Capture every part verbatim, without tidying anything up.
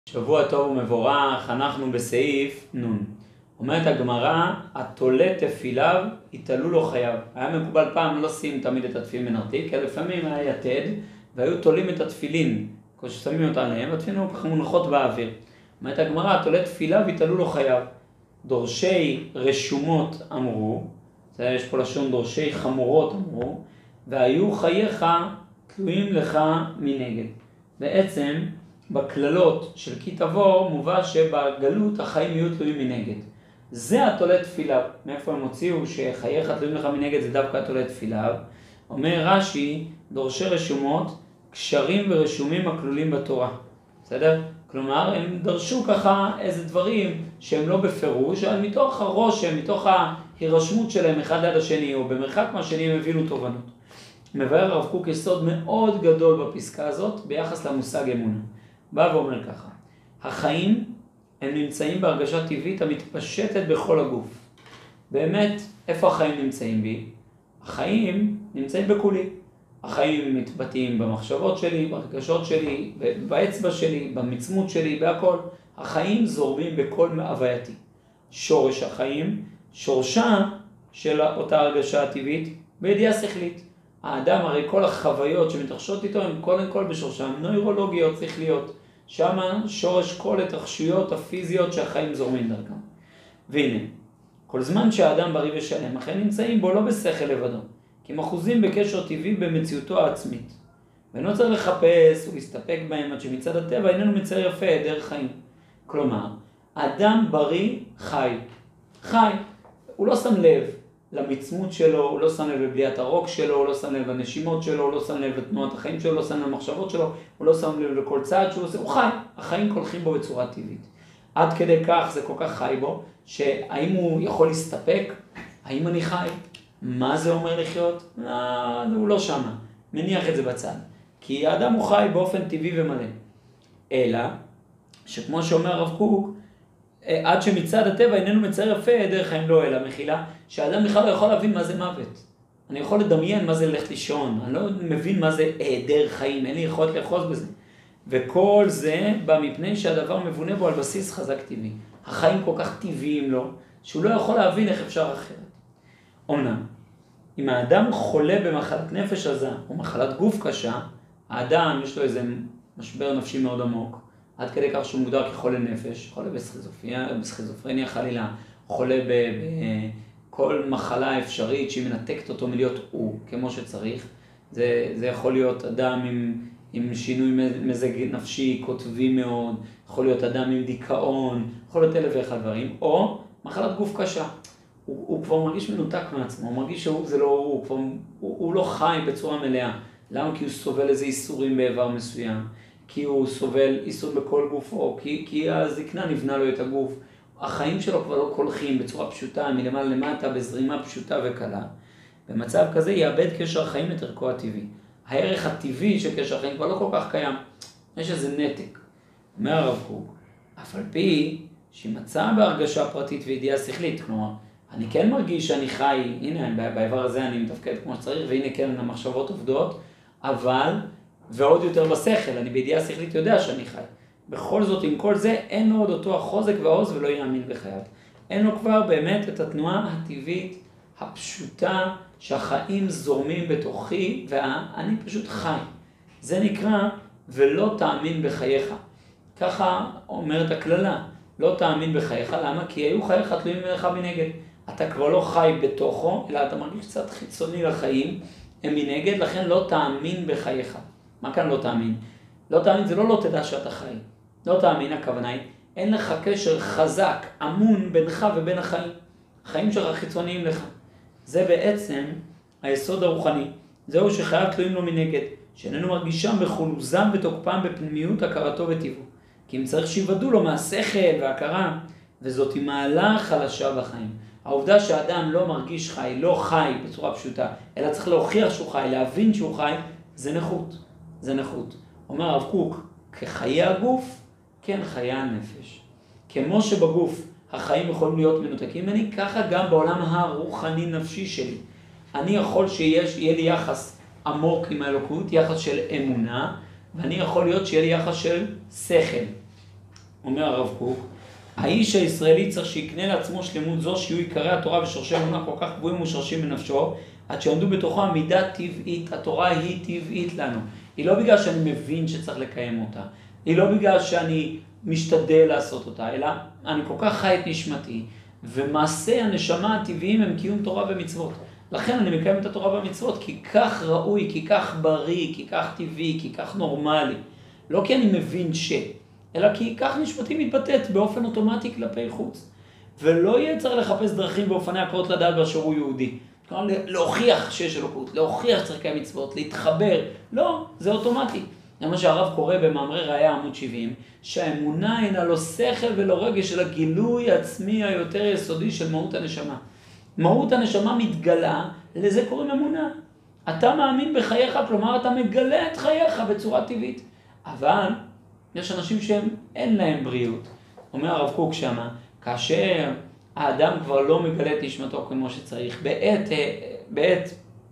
שבוע טוב ומבורך, אנחנו בסעיף נון. אומרת הגמרא, התולה תפיליו, יתלו לו חייו. היה מקובל פעם לא לשים תמיד את התפילין בנרתיק, כי לפעמים היה יתד, והיו תולים את התפילין, כששמים אותה עליהם, והתפילין היו ככה מונחות באוויר. אומרת הגמרא, התולה תפיליו, יתלו לו חייו. דורשי רשומות אמרו, יש פה לשון דורשי חמורות אמרו, והיו חייך תלויים לך מנגד. בעצם, בכללות של כי תבוא מובא שבגלות החיים יהיו תלויים מנגד. זה התולה תפיליו. מאיפה הם הוציאו שחייך תלויים לך מנגד זה דווקא התולה תפיליו? אומר רש"י, דורשי רשומות, קשרים ורשומים הכלולים בתורה. בסדר? כלומר, הם דרשו ככה איזה דברים שהם לא בפירוש, אבל מתוך הרושם, מתוך ההירשמות שלהם אחד ליד השני, או במרחק מהשני הם הבינו תובנות. מבאר הרב קוק יסוד מאוד גדול בפסקה הזאת ביחס למושג אמונה. בא ואומר ככה, החיים הם נמצאים בהרגשה טבעית המתפשטת בכל הגוף. באמת, איפה החיים נמצאים בי? החיים נמצאים בכולי. החיים מתבטאים במחשבות שלי, ברגשות שלי, באצבע שלי, במצמות שלי, בהכל. החיים זורמים בכל מהווייתי. שורש החיים, שורשה של אותה הרגשה הטבעית, בידיעה שכלית. האדם, הרי כל החוויות שמתרחשות איתו, הן קודם כל בשורשם נוירולוגיות שכליות. שמה שורש כל התרחשויות הפיזיות שהחיים זורמים דרכם. והנה, כל זמן שהאדם בריא ושלם, אכן נמצאים בו לא בשכל לבדו, כי הם אחוזים בקשר טבעי במציאותו העצמית. ואינו צריך לחפש ולהסתפק בהם עד שמצד הטבע איננו מצייר יפה דרך חיים. כלומר, האדם בריא חי. חי. הוא לא שם לב למצמות שלו, הוא לא שם לב לבליעת הרוק שלו, הוא לא שם לב לנשימות שלו, הוא לא שם לב לתנועת החיים שלו, הוא לא שם לב למחשבות שלו, הוא לא שם לב לכל צעד שהוא עושה, הוא חי. החיים קולחים בו בצורה טבעית. עד כדי כך זה כל כך חי בו, שהאם הוא יכול להסתפק? האם אני חי? מה זה אומר לחיות? אה, הוא לא שמה. מניח את זה בצד. כי האדם הוא חי באופן טבעי ומלא. אלא, שכמו שאומר הרב קוק, עד שמצד הטבע איננו מצייר יפה דרך חיים לא אלא מחילה, שהאדם בכלל לא יכול להבין מה זה מוות. אני יכול לדמיין מה זה ללכת לישון, אני לא מבין מה זה היעדר חיים, אין לי יכולת לאחוז בזה. וכל זה בא מפני שהדבר מבונה בו על בסיס חזק טבעי. החיים כל כך טבעיים לו, שהוא לא יכול להבין איך אפשר אחרת. אומנם, אם האדם חולה במחלת נפש עזה, או מחלת גוף קשה, האדם יש לו איזה משבר נפשי מאוד עמוק, עד כדי כך שהוא מוגדר כחולה נפש, חולה בסכיזופרניה, בסכיזופרניה חלילה, חולה בכל מחלה אפשרית שהיא מנתקת אותו מלהיות הוא, כמו שצריך. זה, זה יכול להיות אדם עם, עם שינוי מזג נפשי, כותבי מאוד, יכול להיות אדם עם דיכאון, יכול להיות אלף ואחד דברים, או מחלת גוף קשה. הוא, הוא כבר מרגיש מנותק מעצמו, הוא מרגיש שהוא זה לא הוא, הוא, כבר, הוא, הוא לא חי בצורה מלאה. למה? כי הוא סובל איזה איסורים באיבר מסוים. כי הוא סובל איסור בכל גופו, כי, כי הזקנה נבנה לו את הגוף. החיים שלו כבר לא קולחים בצורה פשוטה, מלמעלה למטה, בזרימה פשוטה וקלה. במצב כזה יאבד קשר החיים לתרכו הטבעי. הערך הטבעי של קשר החיים כבר לא כל כך קיים. יש איזה נתק. אומר הרב קוק, אף על פי שמצא בהרגשה פרטית וידיעה שכלית, כלומר, אני כן מרגיש שאני חי, הנה, באיבר הזה אני מתפקד כמו שצריך, והנה כן המחשבות עובדות, אבל ועוד יותר בשכל, אני בידיעה שכלית יודע שאני חי. בכל זאת, עם כל זה, אין לו עוד אותו החוזק והעוז ולא יאמין בחייו. אין לו כבר באמת את התנועה הטבעית, הפשוטה, שהחיים זורמים בתוכי, ואני פשוט חי. זה נקרא, ולא תאמין בחייך. ככה אומרת הכללה, לא תאמין בחייך, למה? כי היו חייך תלויים ממך מנגד. אתה כבר לא חי בתוכו, אלא אתה מרגיש קצת חיצוני לחיים, הם מנגד, לכן לא תאמין בחייך. מה כאן לא תאמין? לא תאמין זה לא לא תדע שאתה חי. לא תאמין, הכוונה היא, אין לך קשר חזק, אמון בינך ובין החיים. החיים שלך חיצוניים לך. זה בעצם היסוד הרוחני. זהו שחייו תלויים לו מנגד, שאיננו מרגישם בחולוזם ותוקפם בפנימיות הכרתו וטבעו. כי אם צריך שיוודאו לו מהשכל וההכרה, וזאת היא מעלה חלשה בחיים. העובדה שהאדם לא מרגיש חי, לא חי בצורה פשוטה, אלא צריך להוכיח שהוא חי, להבין שהוא חי, זה נכות. זה נכות. אומר הרב קוק, כחיי הגוף, כן חיי הנפש. כמו שבגוף החיים יכולים להיות מנותקים ממני, ככה גם בעולם הרוחני נפשי שלי. אני יכול שיש, יהיה לי יחס עמוק עם האלוקות, יחס של אמונה, ואני יכול להיות שיהיה לי יחס של שכל. אומר הרב קוק, האיש הישראלי צריך שיקנה לעצמו שלמות זו שיהיו עיקרי התורה ושורשי אמונה כל כך גבוהים ושורשים בנפשו, עד שעמדו בתוכו המידה טבעית. התורה היא טבעית לנו. היא לא בגלל שאני מבין שצריך לקיים אותה. היא לא בגלל שאני משתדל לעשות אותה, אלא אני כל כך חי את נשמתי, ומעשה הנשמה הטבעיים הם קיום תורה ומצוות. לכן אני מקיים את התורה והמצוות, כי כך ראוי, כי כך בריא, כי כך טבעי, כי כך נורמלי. לא כי אני מבין ש, אלא כי כך נשמתי מתבטאת באופן אוטומטי כלפי חוץ. ולא יהיה צריך לחפש דרכים באופני הקרות לדעת באשר הוא יהודי. כלומר, להוכיח שיש אלוקות, להוכיח צריך לקיים מצוות, להתחבר. לא, זה אוטומטי. זה מה שהרב קורא במאמרי ראיה עמוד שבעים, שהאמונה אינה לא שכל ולא רגש, אלא גילוי עצמי היותר יסודי של מהות הנשמה. מהות הנשמה מתגלה, לזה קוראים אמונה. אתה מאמין בחייך, כלומר אתה מגלה את חייך בצורה טבעית. אבל יש אנשים שהם אין להם בריאות. אומר הרב קוק שמה, כאשר האדם כבר לא מגלה את נשמתו כמו שצריך, בעת, בעת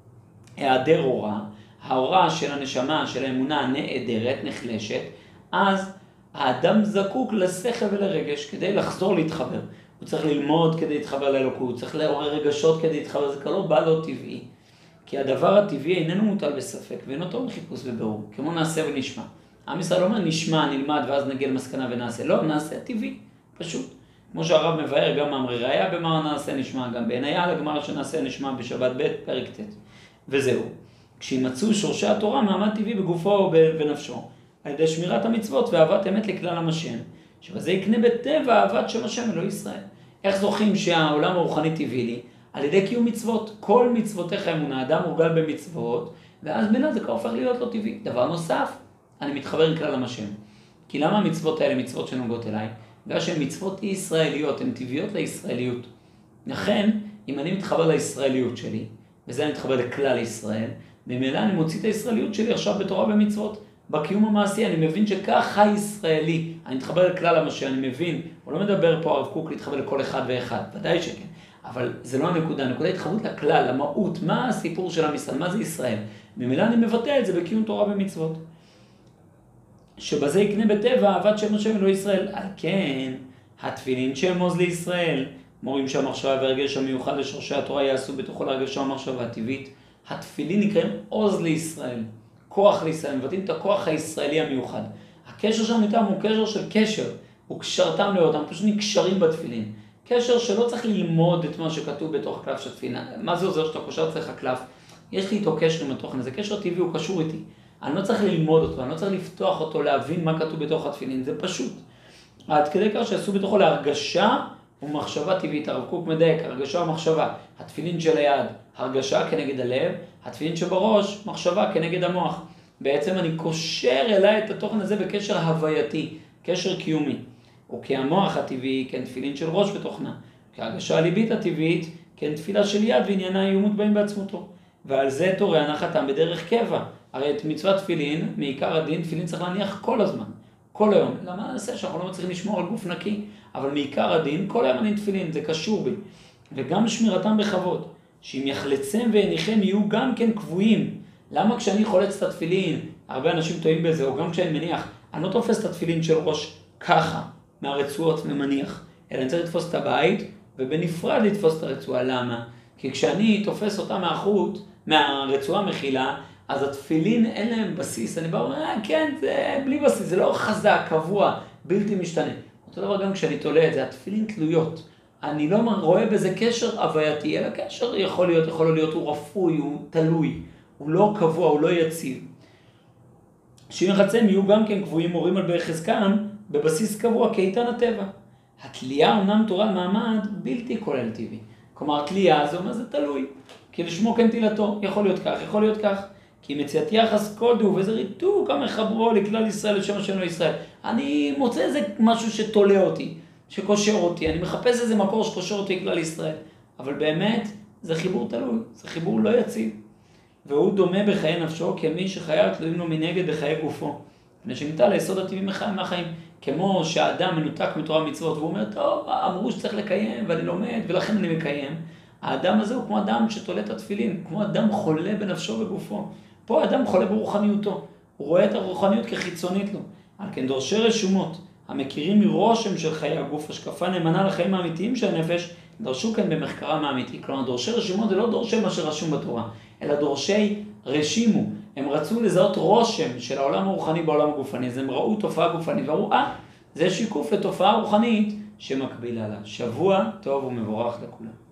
היעדר הוראה, ההוראה של הנשמה, של האמונה נעדרת, נחלשת, אז האדם זקוק לשכל ולרגש כדי לחזור להתחבר. הוא צריך ללמוד כדי להתחבר לאלוקות, הוא צריך לעורר רגשות כדי להתחבר, זה כבר לא בא לו טבעי. כי הדבר הטבעי איננו מוטל בספק, ואינו טעון חיפוש ובירור, כמו נעשה ונשמע. עם ישראל לא אומר נשמע, נלמד ואז נגיע למסקנה ונעשה, לא, נעשה טבעי, פשוט. כמו שהרב מבאר גם מאמרי ראיה במה נעשה נשמע, גם בעינייה לגמר שנעשה נשמע בשבת ב' פרק ט'. וזהו. כשימצאו שורשי התורה מעמד טבעי בגופו ובנפשו, על ידי שמירת המצוות ואהבת אמת לכלל עם השם, שבזה יקנה בטבע אהבת שם השם אלוהי ישראל. איך זוכים שהעולם הרוחני טבעי לי? על ידי קיום מצוות. כל מצוותיך אמונה, אדם מורגל במצוות, ואז מנה זה כבר הופך להיות לא טבעי. דבר נוסף, אני מתחבר עם כלל עם השם. כי למה המצוות האלה מצוות שנוגעות אליי? בגלל שהן מצוות ישראליות, הן טבעיות לישראליות. לכן, אם אני מתחבר לישראליות שלי, וזה אני מתחבר לכלל ישראל, במילא אני מוציא את הישראליות שלי עכשיו בתורה ומצוות. בקיום המעשי אני מבין שכך חי ישראלי, אני מתחבר לכלל המשל, אני מבין, הוא לא מדבר פה הרב קוק להתחבר לכל אחד ואחד, ודאי שכן, אבל זה לא הנקודה, הנקודה התחברות לכלל, למהות, מה הסיפור של עם ישראל, מה זה ישראל, במילא אני מבטא את זה בקיום תורה ומצוות. שבזה יקנה בטבע אהבת שם השם אלוהי ישראל, על כן, התפילין שם עוז לישראל, מורים שהמחשבה והרגש המיוחד לשורשי התורה יעשו בתוכו להרגשה המחשבה הטבעית, התפילין נקראים עוז לישראל. כוח לישראל, מבטאים את הכוח הישראלי המיוחד. הקשר שם איתם הוא קשר של קשר, הוא קשרתם לאותם, פשוט נקשרים בתפילין. קשר שלא צריך ללמוד את מה שכתוב בתוך הקלף של תפילין. מה זה עוזר שאתה קושר אצלך קלף? יש לי איתו קשר עם התוכן הזה, קשר טבעי הוא קשור איתי. אני לא צריך ללמוד אותו, אני לא צריך לפתוח אותו, להבין מה כתוב בתוך התפילין, זה פשוט. עד כדי כך שעשו בתוכו להרגשה ומחשבה טבעית. הרב קוק מדייק, הרגשה ומחשבה, התפילין של היד, הרגשה כנגד הלב, התפילין שבראש, מחשבה כנגד המוח. בעצם אני קושר אליי את התוכן הזה בקשר הווייתי, קשר קיומי. וכהמוח הטבעי, כן תפילין של ראש ותוכנה. כהרגשה הליבית הטבעית, כן תפילה של יד ועניינה איומות בהם בעצמותו. ועל זה תורה הנחתם בדרך קבע. הרי את מצוות תפילין, מעיקר הדין, תפילין צריך להניח כל הזמן, כל היום. למה נעשה שאנחנו לא מצליחים לשמור על גוף נקי? אבל מעיקר הדין, כל היום אני תפילין, זה קשור בי. וגם שמירתם בכבוד. שאם יחלצם והניחם יהיו גם כן קבועים. למה כשאני חולץ את התפילין, הרבה אנשים טועים בזה, או גם כשאני מניח, אני לא תופס את התפילין של ראש ככה, מהרצועות ומניח, אלא אני צריך לתפוס את הבית, ובנפרד לתפוס את הרצועה. למה? כי כשאני תופס אותה מהחוט, מהרצועה מכילה, אז התפילין אין להם בסיס. אני בא ואומר, אה, כן, זה בלי בסיס, זה לא חזק, קבוע, בלתי משתנה. אותו דבר גם כשאני תולה את זה, התפילין תלויות. אני לא רואה בזה קשר הווייתי, אלא קשר יכול להיות, יכול להיות, הוא רפוי, הוא תלוי, הוא לא קבוע, הוא לא יציב. שאם יחצם יהיו גם כן קבועים מורים על בחזקם, בבסיס קבוע כאיתן הטבע. התלייה אומנם תורה מעמד בלתי כולל טבעי. כלומר, התלייה זה אומר זה תלוי. כי לשמו כן תלתו, יכול להיות כך, יכול להיות כך. כי מציאת יחס כל דו, וזה ריתוק המחברו לכלל ישראל, לשם השם לישראל. אני מוצא איזה משהו שתולה אותי, שקושר אותי, אני מחפש איזה מקור שקושר אותי לכלל ישראל. אבל באמת, זה חיבור תלוי, זה חיבור לא יציב. והוא דומה בחיי נפשו כמי שחייו תלויים לו מנגד בחיי גופו. מפני שניתן ליסוד הטבעי מהחיים. כמו שהאדם מנותק מתורה מצוות, והוא אומר, טוב, אמרו שצריך לקיים, ואני לומד, ולכן אני מקיים. האדם הזה הוא כמו אדם שתולה את התפילין, כמו אדם חולה בנפשו ובגופו. פה האדם חולה ברוחניותו, הוא רואה את הרוחניות כחיצונית לו. על כן דורשי רשומות, המכירים מרושם של חיי הגוף, השקפה נאמנה לחיים האמיתיים של הנפש, דרשו כאן במחקרם האמיתי. כלומר, דורשי רשימות זה לא דורשי מה שרשום בתורה, אלא דורשי רשימו. הם רצו לזהות רושם של העולם הרוחני בעולם הגופני, אז הם ראו תופעה גופנית ואמרו, אה, זה שיקוף לתופעה רוחנית שמקבילה לה. שבוע טוב ומבורך לכולם.